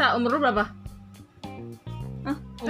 umur lu berapa? 20.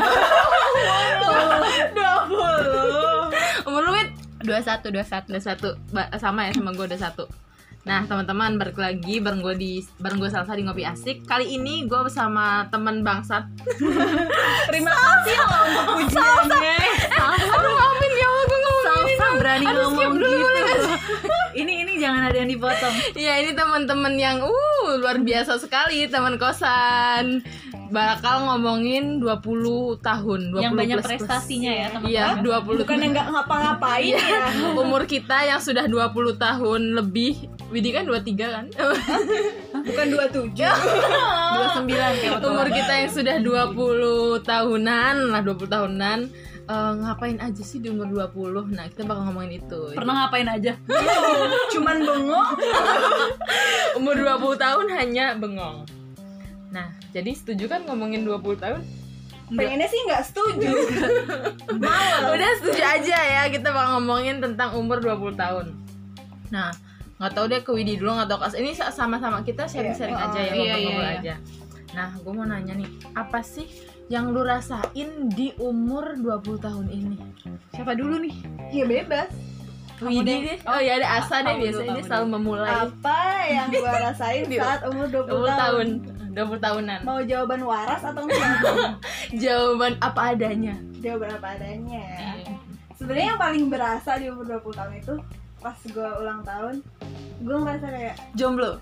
Umur lu Wit? 21. Sama ya sama gue 21. Nah teman-teman, balik lagi bareng gue Salsa di Ngopi Asik. Kali ini gue bersama teman bangsat. Terima kasih loh untuk pujiannya. Aduh maafin ya Allah, gue ngomong ini Salsa berani ngomong dulu, gitu. Ini jangan ada yang dipotong. Iya, ini teman-teman yang luar biasa sekali, teman kosan. Bakal ngomongin 20 tahun, 20 yang banyak plus. prestasinya ya teman-teman. Iya, 20. Bukan yang nggak ngapa-ngapain ya. Umur kita yang sudah 20 tahun lebih. Widi kan 23 kan? Bukan 27. 29 kayak waktu Umur kita yang sudah 20 tahunan lah, 20 tahunan. Ngapain aja sih di umur 20? Nah, kita bakal ngomongin itu. pernah ngapain aja? Cuman bengong. Umur 20 tahun hanya bengong. Nah, jadi setuju kan ngomongin 20 tahun? Pengennya sih nggak setuju. Udah setuju aja ya, kita bakal ngomongin tentang umur 20 tahun. Nah, nggak tahu deh ke Widi dulu, nggak tahu Kas. Ini sama-sama kita sharing-sharing aja ya, ngobrol-ngobrol aja. Nah, gue mau nanya nih, apa sih yang lu rasain di umur 20 tahun ini? Siapa dulu nih? Ya bebas. Widi deh. Oh ya, ada Asa deh, biasanya dia selalu memulai. Apa yang gua rasain saat umur 20 tahun? 20 tahunan. Mau jawaban waras atau enggak? Jawaban apa adanya. Jawaban apa adanya ya. Sebenarnya yang paling berasa di umur 20 tahun itu pas gue ulang tahun, gue ngerasa kayak Jomblo.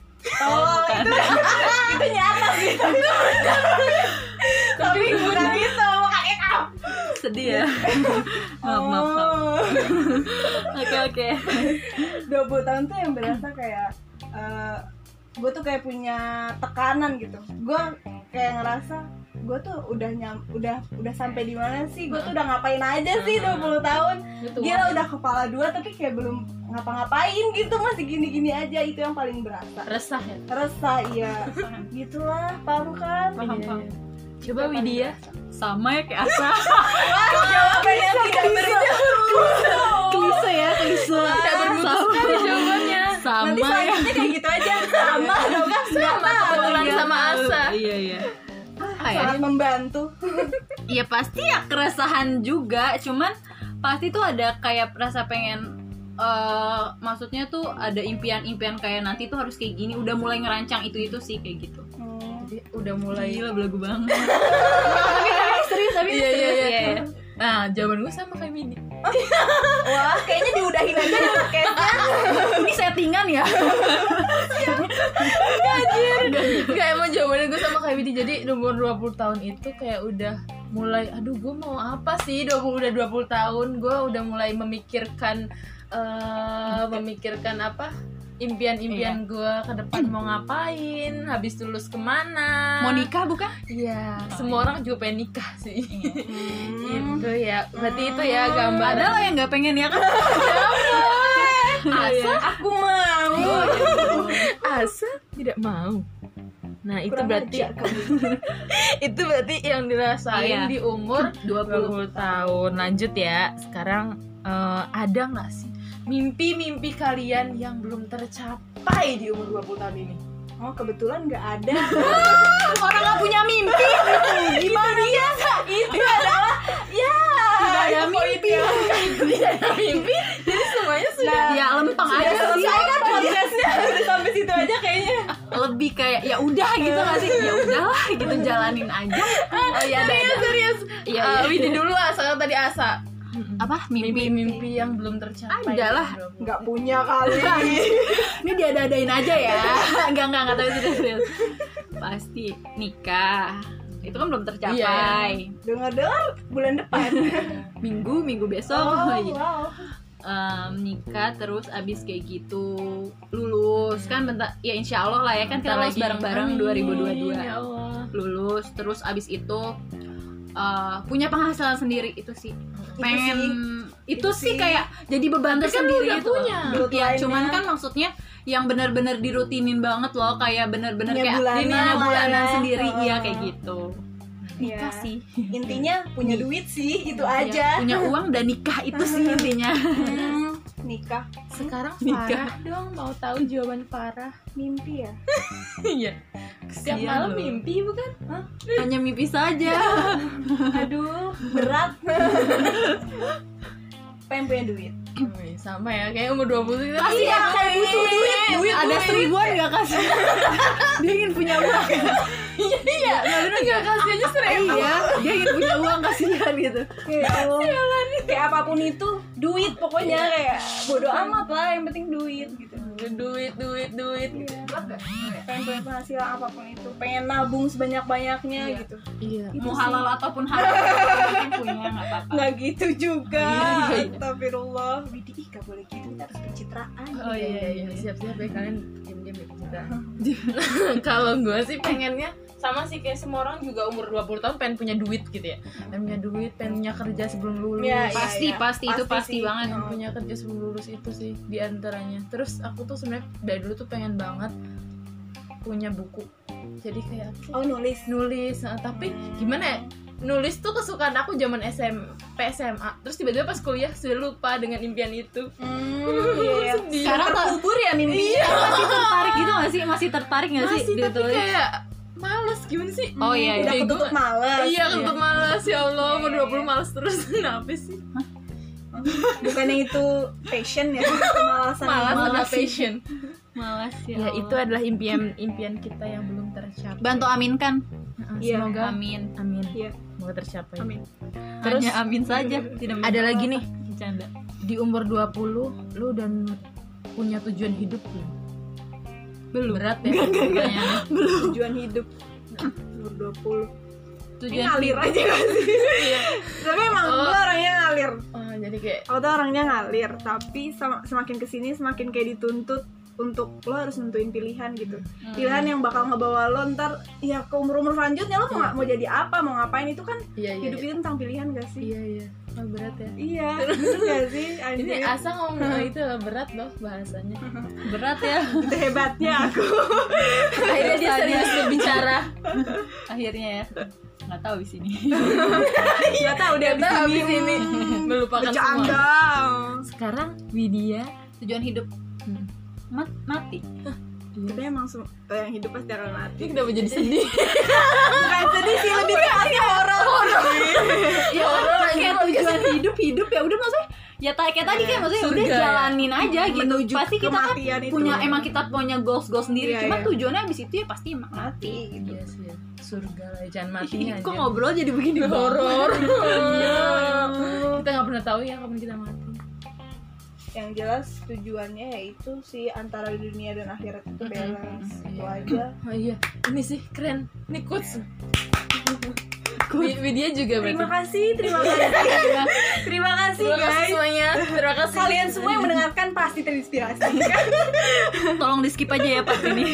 itu nyata sih. Tapi bukan gitu, makanya Sedih ya. Maaf. Oke. 20 tahun tuh yang berasa kayak gue tuh kayak punya tekanan gitu. Gue kayak ngerasa gue tuh udah sampai di mana sih? Gue tuh udah ngapain aja sih 20 tahun? Gila udah kepala dua tapi kayak belum ngapa-ngapain gitu, masih gini-gini aja. Itu yang paling berasa. Resah ya? Resah, iya. Gitulah, paham kan? Paham. Coba Widya. Sama ya kayak Asa. Jawabannya tidak berjauh. Klise ya, klise. Tidak bermutu sekali jawabannya. Nanti Sama ya. selanjutnya kayak gitu aja. Sama dong kan? Sama kebetulan sama Asa. Iya. Sangat membantu. Iya pasti ya keresahan juga, cuman pasti tuh ada kayak rasa pengen maksudnya tuh ada impian-impian kayak nanti tuh harus kayak gini, udah mulai ngerancang itu sih kayak gitu. Jadi udah mulai. Gila belagu banget. Serius tapi Iya. Nah, jawaban gue sama kayak Mini. wah, kayaknya diudahin aja di podcastnya. Ini settingan ya. Gak, emang jawabannya gue sama kayak Mini. Jadi umur 20 tahun itu kayak udah mulai, aduh gue mau apa sih, udah 20 tahun gue udah mulai memikirkan apa, impian-impian gue ke depan mau ngapain, habis lulus kemana, Mau nikah bukan? Iya, semua orang juga pengen nikah sih. Itu ya, berarti itu ya gambar. Ada lo yang nggak pengen ya kan? Asa, Aku mau. Asa tidak mau. Nah, itu Kurang berarti ajar kamu. itu berarti yang dirasain Iya. di umur 20 tahun. Lanjut ya. Sekarang ada nggak sih mimpi-mimpi kalian yang belum tercapai di umur 20 tahun ini? Oh, kebetulan nggak ada. Orang nggak punya mimpi. Gimana ya? Itu adalah Tidak ada mimpi. Tidak ada mimpi. Jadi semuanya sudah Ya lempeng sudah aja sih. selesai kan podcastnya. Udah sampai situ aja kayaknya. Lebih kayak ya udah gitu nggak sih? Ya udahlah gitu jalanin aja. Oh iya, serius. Iya. Widi dulu Asa, tadi Asa. Apa mimpi? Mimpi yang belum tercapai. Ada lah. Nggak punya kali. Ini diada-adain aja ya. Enggak tapi serius. Pasti nikah. Itu kan belum tercapai. Dengar-dengar bulan depan. Minggu besok. Oh, Iya. wow. Nikah terus abis kayak gitu lulus kan bentar ya insya Allah lah ya kan kita lulus bareng-bareng 2022 Ya Allah. lulus terus abis itu punya penghasilan sendiri itu sih pengen itu sih kayak jadi beban tersendiri udah gitu punya. loh. Ya Lainnya. cuman kan maksudnya yang benar-benar dirutinin banget loh kayak benar-benar Punya kayak bulanan ini ada lah bulanan ya. sendiri Oh. iya kayak gitu Iya. nikah sih Intinya punya duit sih, itu Ya, aja. punya uang dan nikah itu sih intinya Nikah Sekarang Farah dong, mau tahu jawaban Farah. Mimpi ya? Iya. Setiap malam mimpi bukan? Hanya mimpi saja. Aduh, berat. Pengen punya duit. Sama ya, kayak umur 20 kita Kasih ya, kayak butuh duit. Ada 1000-an gak kasih? Dia ingin punya uang. Iya, enggak kasih aja 1000. Iya, dia ingin punya uang, kasihan gitu. Kayak apapun itu duit pokoknya, kayak bodo amat lah, yang penting duit gitu. Duit gitu. Pengen punya penghasilan apapun itu, pengen nabung sebanyak-banyaknya gitu. Iya. Mau halal ataupun haram, penting punya nggak apa-apa. Nggak gitu juga. Iya. Astagfirullah. Widih, gak boleh gitu, kita harus pencitraan. Oh iya, siap-siap ya kalian diam-diam ya kita. Kalau gue sih pengennya sama sih kayak semua orang juga umur 20 tahun pengen punya duit gitu ya. Pengen punya duit, pengen punya kerja sebelum lulus. Iya, Pasti itu pasti sih. banget. Pengen punya kerja sebelum lulus itu sih di antaranya. Terus aku tuh sebenarnya dari dulu tuh pengen banget punya buku. Jadi kayak nulis. Nah, tapi gimana ya? Nulis tuh kesukaan aku zaman SMP SMA. Terus tiba-tiba pas kuliah sudah lupa dengan impian itu. Iya. Sedih. Sekarang Terkubur ya mimpi. Iya. masih tertarik gitu nggak sih? Masih tertarik nggak sih? Masih, tapi ditulis? kayak males gimana sih? Oh iya, Udah Kayak ketutup gue- males. Iya, ketutup malas ya Allah, umur Iya. 20 malas terus. Kenapa sih? Bukannya itu passion ya, kemalasan. Malas ada malas sih. passion. Malas ya. Ya Allah. itu adalah impian kita yang belum tercapai. Bantu aminkan. Nah, Iya. Semoga Amin. Iya. Semoga tercapai. Amin. Terus Hanya amin saja. Tidak ada lagi nih, bercanda. di umur 20 lu udah punya tujuan hidup belum? Belum. Berat ya pertanyaannya. Tujuan hidup. Nah, umur 20. Tujuan Ngalir aja gak sih? Tapi emang Oh. gue orangnya ngalir. Oh, jadi kayak Aku tuh orangnya ngalir, tapi semakin kesini semakin kayak dituntut untuk lo harus nentuin pilihan gitu. Pilihan yang bakal ngebawa lo ntar ya ke umur selanjutnya lo mau jadi apa, mau ngapain, itu kan iya. hidup itu tentang pilihan gak sih? Iya. Oh, berat ya. Iya, bener gak sih? Ini Anjir. Asa ngomong itu berat loh bahasanya. berat ya. Itu hebatnya aku. Akhirnya dia serius berbicara. Akhirnya ya. Nggak tahu di sini. Gak tau udah Kita habis ini melupakan semua. bercanda. Sekarang Widya Tujuan hidup mati. Tapi emang yang hidup pasti akan mati. ini kenapa jadi sedih? Bukan sedih sih, lebih ke arah horor. Ya kayak tujuan hidup ya udah maksudnya ya kayak tadi kan maksudnya Surga udah ya. jalanin aja gitu. Menuju Pasti kita kan kematian itu. punya emang kita punya goals sendiri. Iya, Cuma iya. tujuannya abis itu ya pasti emang Mati gitu. Iya sih, surga lah, jangan matinya aja. Kok ngobrol jadi begini horor? Kita nggak pernah tahu ya kapan kita mati. Yang jelas tujuannya yaitu si antara dunia dan akhirat itu balance. Itu aja. Oh iya, ini sih keren. Ini quotes. Widya juga berarti. Terima kasih Terima kasih Terima kasih guys. semuanya. Terima kasih. Kalian semua yang mendengarkan pasti terinspirasi. Tolong di skip aja ya part ini.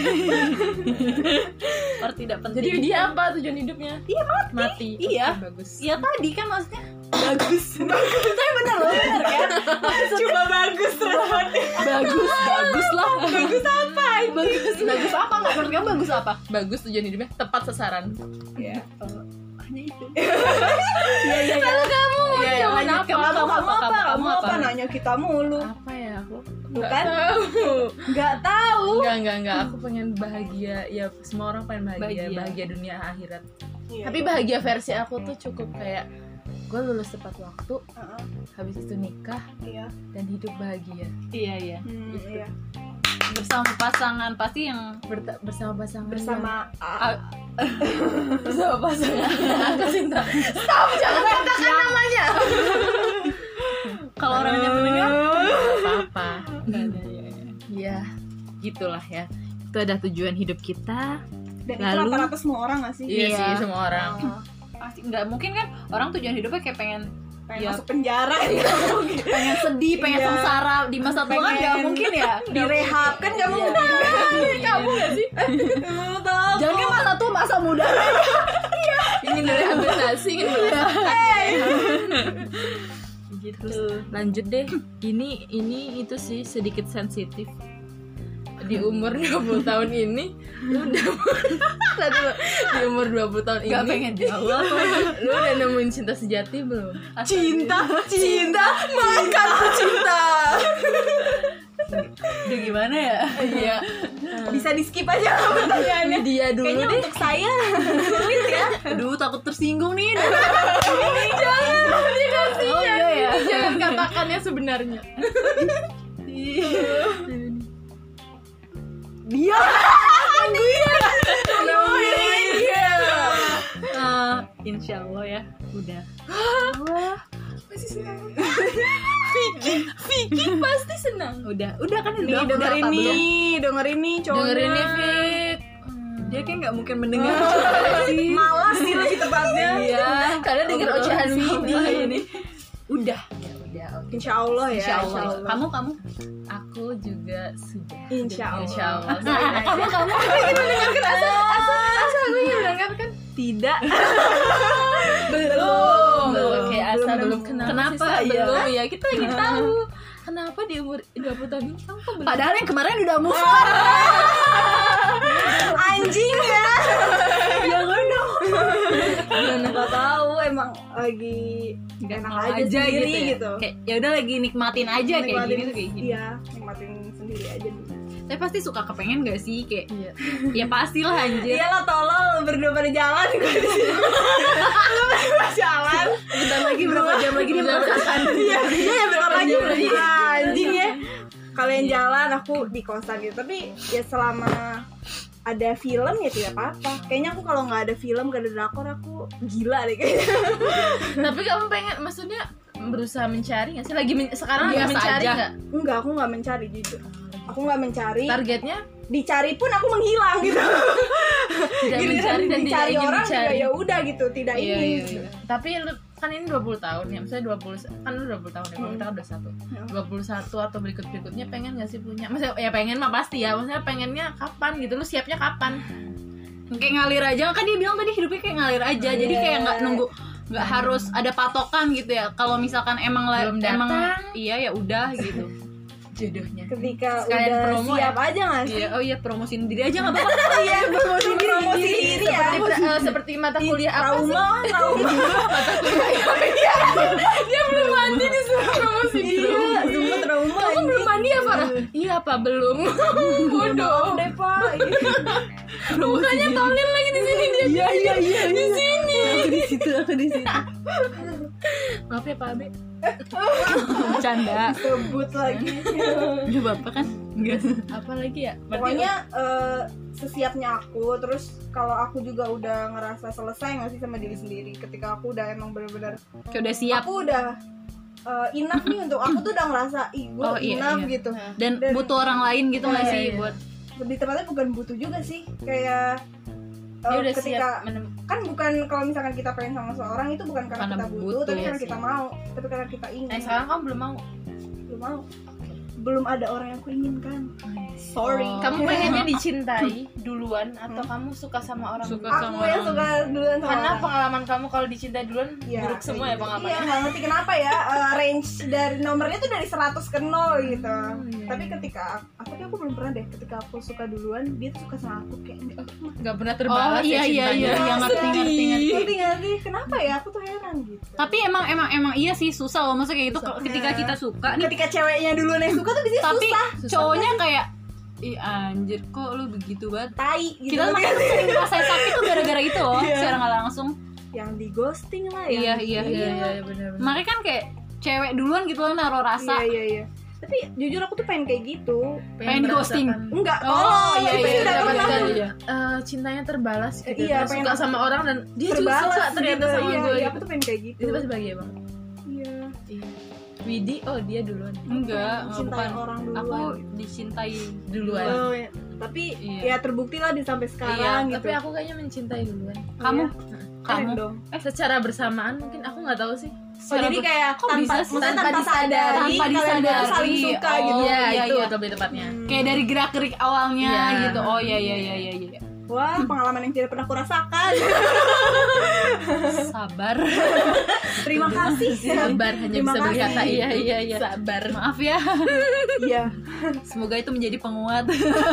Part tidak penting. Jadi Widya apa tujuan hidupnya? Iya Mati. Iya. Oke, bagus. Ya tadi kan maksudnya Bagus. Saya bener loh, bener kan? Cuma bagus terus. bagus lah. Bagus apa ini? Bagus apa nggak menurut kamu bagus apa? Bagus tujuan hidupnya tepat sasaran. Ya. Hanya itu. Iya. Kalau kamu Iya, jawaban lanjut. apa? Kamu apa? Kamu apa? Nanya kita mulu. Apa ya aku? Bukan? Tahu. Nggak tahu. Enggak. Aku pengen bahagia. Ya semua orang pengen bahagia. Bahagia. Bahagia dunia akhirat. Iya. Tapi bahagia versi aku tuh cukup kayak gue lulus tepat waktu, Heeh. habis itu nikah Iya. dan hidup bahagia. Iya. Iya. Bersama pasangan pasti yang Bersama pasangan. Bersama Bersama pasangan. Aku cinta. Stop, jangan katakan namanya. kalau orangnya pendengar Apa-apa. Ya, gitulah ya. Itu ada tujuan hidup kita. dan itu Lalu- rata-rata semua orang nggak sih? Iya Iya. sih, semua orang. pasti nggak mungkin kan orang tujuan hidupnya kayak pengen Pengen ya, masuk penjara gitu. pengen sedih, pengen Iya. sengsara di masa tua kan nggak mungkin ya. Direhab kan nggak mungkin. Kamu gak sih? Tahu. Jangan kan masa tua masa muda. Ingin direhabilitasi, ingin gitu. Lanjut deh. Ini itu sih sedikit sensitif. Di umur 20 tahun ini lu udah di umur 20 tahun Gak ini pengen jawab. lu udah nemuin cinta sejati belum? Cinta, makan cinta. Aduh gimana ya? Iya. Bisa di skip aja pertanyaannya. Dia dulu Kayaknya deh. untuk saya sulit ya. Aduh takut tersinggung nih. Jangan, dia kasihan. Oh iya ya. Jangan katakannya sebenarnya. Dia Insya Allah ya. Udah. Masih senang. Vicky pasti senang. Udah kan nih udah dengerin apa, belum? nih, dengerin nih cowoknya. Dengerin nih Vick. Dia kayak nggak mungkin mendengar. Malas sih lebih tepatnya. Iya. Karena denger ocehan Widi ini. Udah. Udah, oke. Insya Allah ya. Insya Allah. Kamu. Aku juga sudah. Insya Allah. Insya Allah. Kamu. Asal gue yang mendengarkan. Tidak. Belum. Oke, Asa belum. Kenapa? Sih, Sa? Iya. Belum ya. Kita ingin tahu. Kenapa di umur 20 tahun ini kamu kok belum? Padahal yang kemarin udah move on. Anjing ya. Jangan dong. Nggak tahu emang lagi enak aja sendiri gitu. Kayak ya udah lagi nikmatin aja kayak gini tuh kayak gini. Iya, nikmatin sendiri aja dulu. Saya pasti suka kepengen gak sih kayak Iya. ya pastilah anjir. Iyalah tolol berdua pada jalan gue di sini. Lu berdua jalan. Bentar lagi berapa jam lagi dia merasakan. Iya, ya bentar lagi lagi. anjing ya. Kalian jalan, aku di kosan gitu. Tapi ya selama ada film ya tidak apa-apa. Kayaknya aku kalau nggak ada film, nggak ada drakor, aku gila deh kayaknya. Tapi kamu pengen, maksudnya berusaha mencari nggak sih? Sekarang Biasa lagi mencari aja. nggak? Enggak, aku nggak mencari jujur. Aku nggak mencari. Targetnya Dicari pun aku menghilang gitu. tidak Giliran mencari dan tidak dicari ingin orang mencari. juga ya udah gitu, tidak Iya, ingin. iya, iya. Tapi lu kan ini 20 tahun ya, misalnya 20 kan lu 20 tahun ya, kalau kita kan udah 1. 21 atau berikutnya pengen gak sih punya? Maksudnya ya pengen mah pasti ya, maksudnya pengennya kapan gitu, lu siapnya kapan? Kayak ngalir aja kan dia bilang tadi hidupnya kayak ngalir aja. Jadi kayak nggak nunggu, nggak harus ada patokan gitu ya. Kalau misalkan emang Belum emang datang. iya ya udah gitu. Jodohnya. Ketika Sekalian udah promo siap ya? aja nggak sih? Iya, oh iya promosiin diri aja nggak apa-apa. Iya, promosi diri ya. Seperti mata kuliah apa sih? Trauma. Dia belum mandi disuruh promosi diri. Iya, semua trauma. Kamu belum mandi ya Farah? Iya apa belum? Bodoh. deh Pak. Mukanya tolil lagi di sini dia. Iya. Di sini. Aku di situ. Maaf ya Pak Abe. Bercanda. Sebut lagi. Udah bapak kan? Enggak. Apa lagi ya? Pokoknya sesiapnya aku. Terus kalau aku juga udah ngerasa selesai nggak sih sama diri sendiri. Ketika aku udah emang bener-bener Kayak udah siap. aku udah enough nih untuk aku tuh udah ngerasa gue Oh, iya, enough iya. gitu. Dan butuh orang lain gitu nggak Iya, sih iya. buat Lebih tepatnya bukan butuh juga sih. Kayak Dia udah ketika siap kan bukan kalau misalkan kita pengen sama seorang itu bukan karena Karena kita butuh, butuh, tapi ya karena sih. kita mau, tapi karena kita ingin. sekarang kamu belum mau. Belum mau. Belum ada orang yang aku inginkan. Sorry. Oh. Kamu pengennya dicintai duluan atau kamu suka sama orang Suka duluan? Aku sama yang orang. suka duluan sama Karena orang. pengalaman kamu kalau dicintai duluan Iya, buruk semua ya Iya, pengalamannya. nggak ngerti kenapa ya range dari nomornya tuh dari 100 ke 0 gitu. iya. Tapi ketika aku belum pernah deh ketika aku suka duluan dia tuh suka sama aku kayak enggak Nggak pernah Oh terbalas iya ya iya cintanya. iya yang ngerti. ngerti nggak sih kenapa ya aku tuh heran gitu. Tapi emang iya sih susah loh maksudnya kayak gitu ketika kita suka nih. Ketika ceweknya duluan yang suka tuh biasanya Tapi susah. cowoknya kayak ih anjir kok lu begitu banget. Tai gitu. Kita makanya sering ngerasain sakit tuh gara-gara itu loh, Iya. secara nggak langsung. Yang di ghosting lah Iya, ya. Iya benar. Makanya kan kayak cewek duluan gitu loh naruh rasa. Iya. Tapi jujur aku tuh pengen kayak gitu. Pengen ghosting. Enggak, Oh, tolong. iya, Itu iya, sudah iya, pernah. iya. Cintanya terbalas gitu. Iya, Terus pengen suka aku sama orang dan dia juga Terbalas suka ternyata gitu. sama Iya, gue. iya, aku tuh pengen kayak gitu. Itu pasti bahagia banget. Iya. Widi, oh dia duluan. Enggak, Cintai bukan. orang duluan. Aku dicintai Duluan. Oh, ya. Tapi Iya. ya terbukti lah di sampai sekarang gitu. Tapi aku kayaknya mencintai duluan. Kamu Keren kamu dong. Secara bersamaan mungkin aku nggak tahu sih. Oh, jadi kayak kok tanpa, bisa sih? maksudnya Tanpa tanpa sadari, tanpa kalian disadari. berdua saling suka Oh, gitu. Iya, iya, itu iya. lebih tepatnya. kayak dari gerak-gerik awalnya Iya. gitu. Oh iya. Wah, pengalaman yang tidak pernah aku rasakan. Sabar. Terima kasih. Sabar hanya Terima bisa kasih. berkata iya. Sabar. Maaf ya. Iya. Semoga itu menjadi penguat.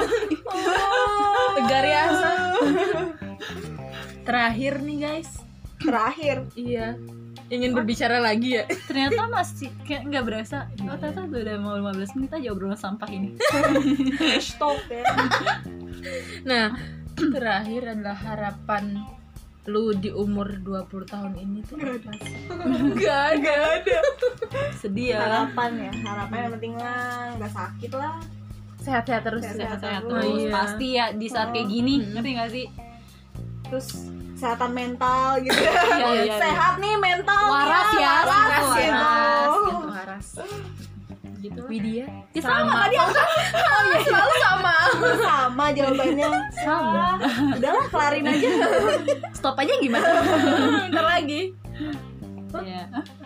Tegar ya Asa. Terakhir nih guys. Terakhir. Iya. ingin berbicara lagi ya. Ternyata masih kayak nggak berasa. Oh ternyata udah mau 15 menit aja obrolan sampah ini. Stop ya. Nah, terakhir adalah harapan lu di umur 20 tahun ini tuh apa sih? Gak ada. Sedih ya. Harapan yang penting lah nggak sakit lah. Sehat-sehat terus. Sehat-sehat Oh, terus. iya. Pasti ya di saat kayak gini, ngerti nggak sih? Terus kesehatan mental gitu. Iya. Sehat nih mental. Waras ya, waras gitu. Waras. Gitu. Widya Ya sama. Tadi aku selalu sama. sama jawabannya. Sama. Udahlah kelarin aja. Stop aja gimana? Bentar lagi. Iya.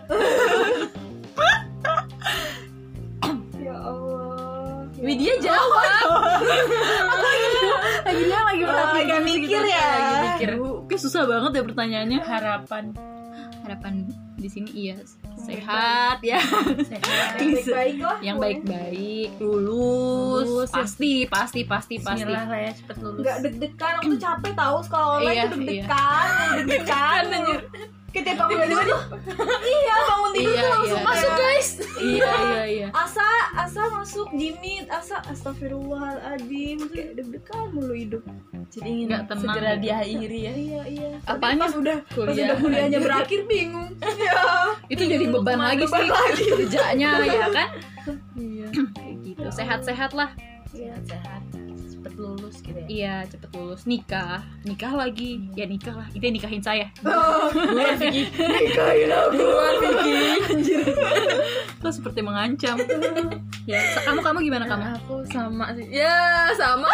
Ya Allah. Widya jawab. Lagi Lagi mikir ya. Lagi mikir. Kayak susah banget ya pertanyaannya. Harapan Di sini iya sehat ya. sehat. Baik-baik lah. Yang baik-baik, lulus. Pasti. Bismillah lah ya, cepet lulus. Nggak deg-degan, aku tuh capek tahu sekolah online Iya, tuh deg-degan anjir. Kita bangun tidur tuh iya bangun tidur tuh langsung Masuk guys. Iya. asa masuk jimit astagfirullahaladzim kayak deg-degan mulu hidup. Jadi ingin Nggak tenang segera gitu. diakhiri ya. Iya Apanya? pas udah kuliahnya berakhir bingung ya Itu jadi beban lagi sih kerjanya ya kan? Iya. Kayak gitu. Sehat-sehat lah. Sehat. Cepet lulus gitu ya. Iya, cepet lulus, nikah lagi. Ya nikah lah. Itu nikahin saya. Buruan Vicky. nikahin aku Anjir. Lo seperti mengancam. Ya, kamu gimana kamu? Aku sama sih. Ya, sama.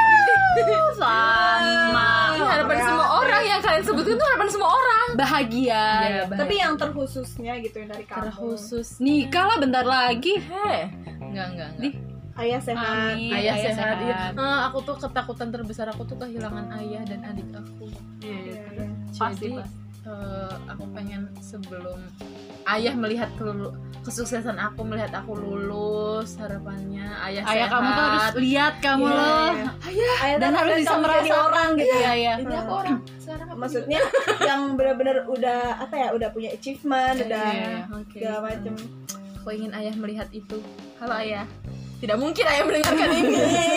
Sama. Ini harapan semua orang yang kalian sebutkan tuh harapan semua orang. Bahagia. Ya, tapi yang terkhususnya gitu yang dari kamu terkhusus Nikah lah bentar lagi. enggak. Di ayah sehat. Amin. Ayah sehat. sehat. Iya. Aku tuh ketakutan terbesar aku tuh kehilangan ayah dan adik aku. Iya. Pasti, Jadi aku pengen sebelum ayah melihat kesuksesan aku, melihat aku lulus, harapannya ayah sehat. kamu tuh harus lihat kamu Iya, loh. iya. Ayah Dan tuh harus bisa kamu jadi merasakan orang gitu ya. Iya. Ini aku orang sekarang aku Maksudnya yang benar-benar udah apa ya, udah punya achievement, udah Oke. segala macem. Aku ingin ayah melihat itu. Halo ayah. Tidak mungkin ayah mendengarkan ini.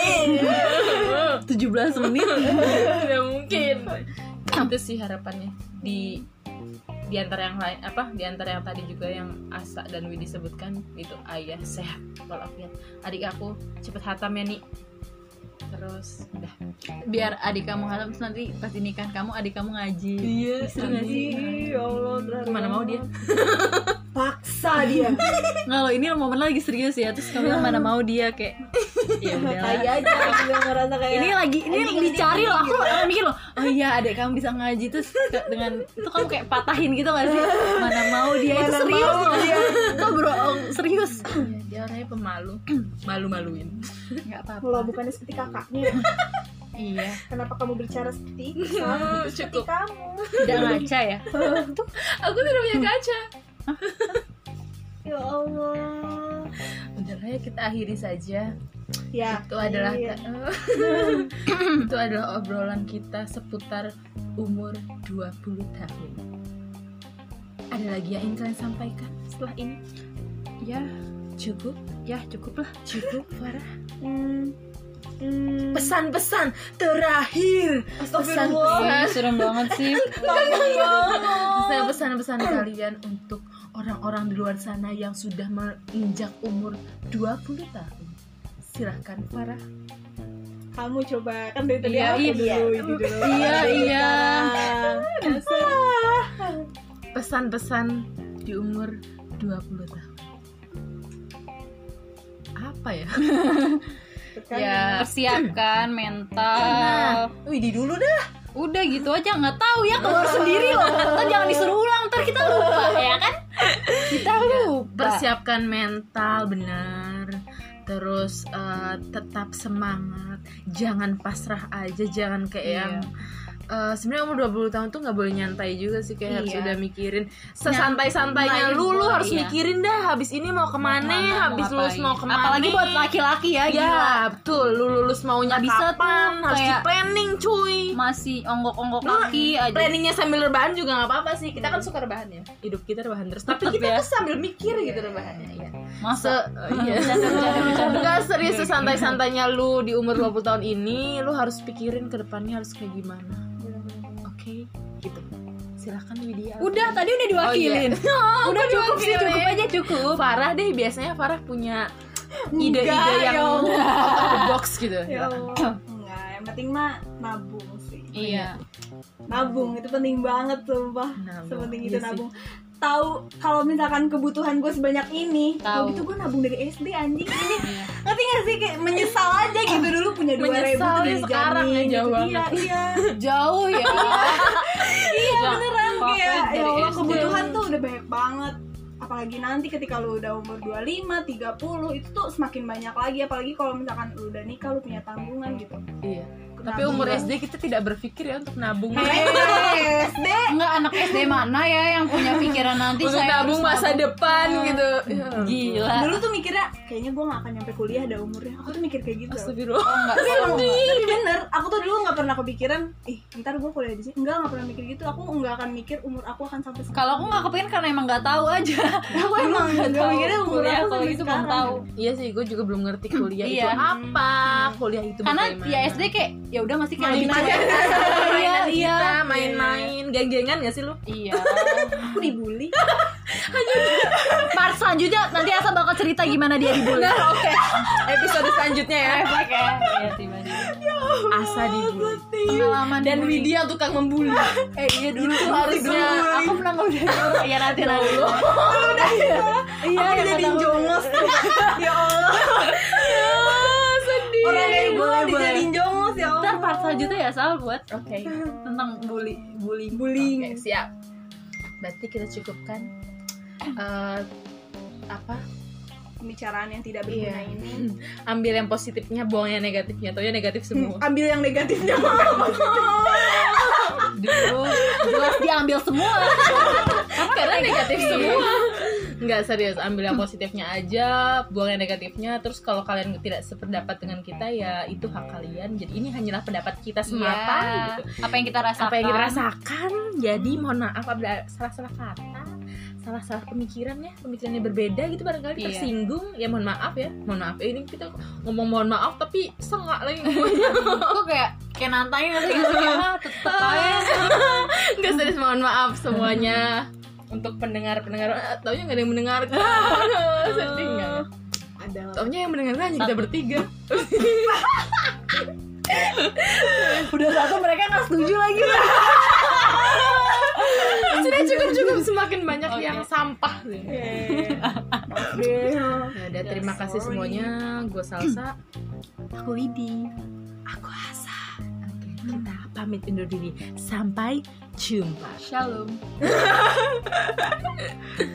17 menit. Tidak mungkin. Itu sih harapannya di antara yang lain di antara yang tadi juga yang Asa dan Widi sebutkan itu ayah sehat walafiat, adik aku cepet hatam ya nih, terus udah Biar adik kamu hatam, terus nanti pas nikahan kamu adik kamu ngaji. iya Ya Allah, mana mau dia paksa dia. Nggak loh, ini momen lagi serius ya. Terus kamu bilang mana mau dia kayak ya udah. Kayak aja gue ngerasa kayak Ini dicari loh. Aku mikir loh. Oh iya, adik kamu bisa ngaji, terus dengan itu kamu kayak patahin gitu gak sih? Mana mau dia, itu Mana serius mau loh. dia. Kok bohong serius? Iya, dia orangnya pemalu, malu-maluin. Enggak apa-apa. kalau bukannya seperti kakaknya. Iya. Kenapa kamu bicara seperti itu? Sama seperti Cukup. kamu. Tidak ngaca ya. Aku tidak punya kaca. Ya Allah. Udah lah ya, kita akhiri saja. Ya. Itu adalah iya. itu adalah obrolan kita seputar umur 20 tahun. Ada lagi yang ingin kalian sampaikan setelah ini? Ya, Cukup? cukup lah. Cukup, Farah? Hmm. Pesan-pesan terakhir. Astagfirullah. Ih, serem banget sih. Saya pesan-pesan kalian untuk orang-orang di luar sana yang sudah menginjak umur 20 tahun. Silahkan, Farah. Kamu coba kan dari tadi Iya, aku iya. dulu, itu dulu. Iya. Pesan-pesan di umur 20 tahun. Apa ya? Kan Ya, persiapkan mental. Widi dulu dah. Udah gitu aja, nggak tahu ya, keluar sendiri loh. Ntar jangan disuruh ulang, ntar kita lupa ya kan? Kita lupa. Persiapkan mental benar. Terus tetap semangat. Jangan pasrah aja, jangan kayak Iya. yang Sebenarnya umur 20 tahun tuh nggak boleh nyantai juga sih, kayak harus Iya. udah mikirin sesantai-santainya lu harus iya. mikirin dah habis ini mau kemana, habis lulus mau kemana. Apalagi buat laki-laki ya, gila. Ya betul, lu lulus maunya Nggak bisa kapan, tuh, harus di kayak- planning cuy. Masih onggok-onggok kaki aja. Planningnya sambil rebahan juga nggak apa-apa sih, kita kan suka rebahan ya, hidup kita rebahan terus, tapi Tetep kita ya. tuh sambil mikir gitu rebahannya ya. Masa Iya. Enggak serius, sesantai-santainya lu di umur 20 tahun ini, lu harus pikirin ke depannya harus kayak gimana. Oke, gitu. Silakan Widya. udah tadi udah diwakilin. Udah cukup sih, cukup aja cukup. Farah deh, biasanya Farah punya ide-ide Enggak, yang ya Allah. out of the box gitu. Ya Allah. Enggak, yang penting mah nabung sih. Iya. Nabung itu penting banget sumpah. Nabung, Sepenting iya itu sih. nabung. Tahu kalau misalkan kebutuhan gue sebanyak ini, Tahu. kalau gitu gue nabung dari SD anjing ini. Iya. Ngerti gak sih, kayak menyesal aja gitu, dulu punya 2.000 Menyesal tuh ya sekarang ya, jauh banget. Iya, iya. Jauh ya. Iya beneran, kayak dari ya Allah, SD. kebutuhan tuh udah banyak banget. Apalagi nanti ketika lu udah umur 25, 30 itu tuh semakin banyak lagi. Apalagi kalau misalkan lu udah nikah, lu punya tanggungan gitu. Iya. Tapi umur SD kita tidak berpikir ya untuk nabung. SD Enggak, anak SD mana ya yang punya pikiran nanti Untuk saya nabung harus masa depan gitu. Gila. dulu tuh mikirnya kayaknya gue gak akan nyampe kuliah ada umurnya. Aku tuh mikir kayak gitu. Astagfirullah. Tapi emang tapi bener, aku tuh dulu gak pernah kepikiran ntar gue kuliah di sini. Enggak pernah mikir gitu. Aku nggak akan mikir umur aku akan sampai sekarang. Kalau aku nggak kepengen karena emang nggak tahu aja. Aku emang nggak mikirnya umur kuliah aku kalau sampai itu belum sekarang. tahu. Iya sih, gue juga belum ngerti kuliah itu Iya. apa. Kuliah itu Karena bagaimana. ya SD kayak ya udah masih kayak main gitu. aja. Mainan Iya. kita, main-main, geng-gengan gak sih lu? Iya. Aku dibully. Part selanjutnya nanti Asa bakal cerita gimana dia dibully. Nah, oke. Episode selanjutnya ya. Iya tiba-tiba. Asa dibully. Pengalaman Dan dibully. Widya tukang membuli. Iya dulu Itu harusnya aku pernah udah ya nanti Ya nanti. Allah. Iya Aku ya jadi jongos. Ya Allah. Sedih. Orang kayak gue Boleh, dijadiin jongos ya Allah. Ntar part selanjutnya ya Sal buat Oke. tentang bullying. Bullying. Oke, siap. Berarti kita cukupkan apa? Pembicaraan yang tidak berguna Iya. ini. Ambil yang positifnya, buang yang negatifnya. Taunya negatif semua. Ambil yang negatifnya. Dulu jelas diambil semua. Karena negatif semua. Enggak serius, ambil yang positifnya aja, buang yang negatifnya. Terus kalau kalian tidak sependapat dengan kita ya itu hak kalian. Jadi ini hanyalah pendapat kita semata gitu. Apa yang kita rasakan? Apa yang kita rasakan. Jadi mohon maaf apabila salah-salah kata, salah-salah pemikirannya berbeda gitu, barangkali Iya. tersinggung. Ya mohon maaf ya. Mohon maaf. Ini kita ngomong mohon maaf tapi sengak lagi. Kok kayak nantangin nanti tetep aja. Enggak serius, mohon maaf semuanya. Untuk pendengar-pendengar, taunya nggak ada yang mendengarkan. Sedih nggak? Ada. Taunya yang mendengarkan hanya kita bertiga. Udah satu mereka nggak setuju lagi. Sudah cukup semakin banyak Oke. yang sampah. Deh. Ya udah, terima kasih sorry. semuanya. Gue Salsa. Aku Widi. Aku Asa. Oke, kita pamit undur diri. Sampai jumpa. Shalom.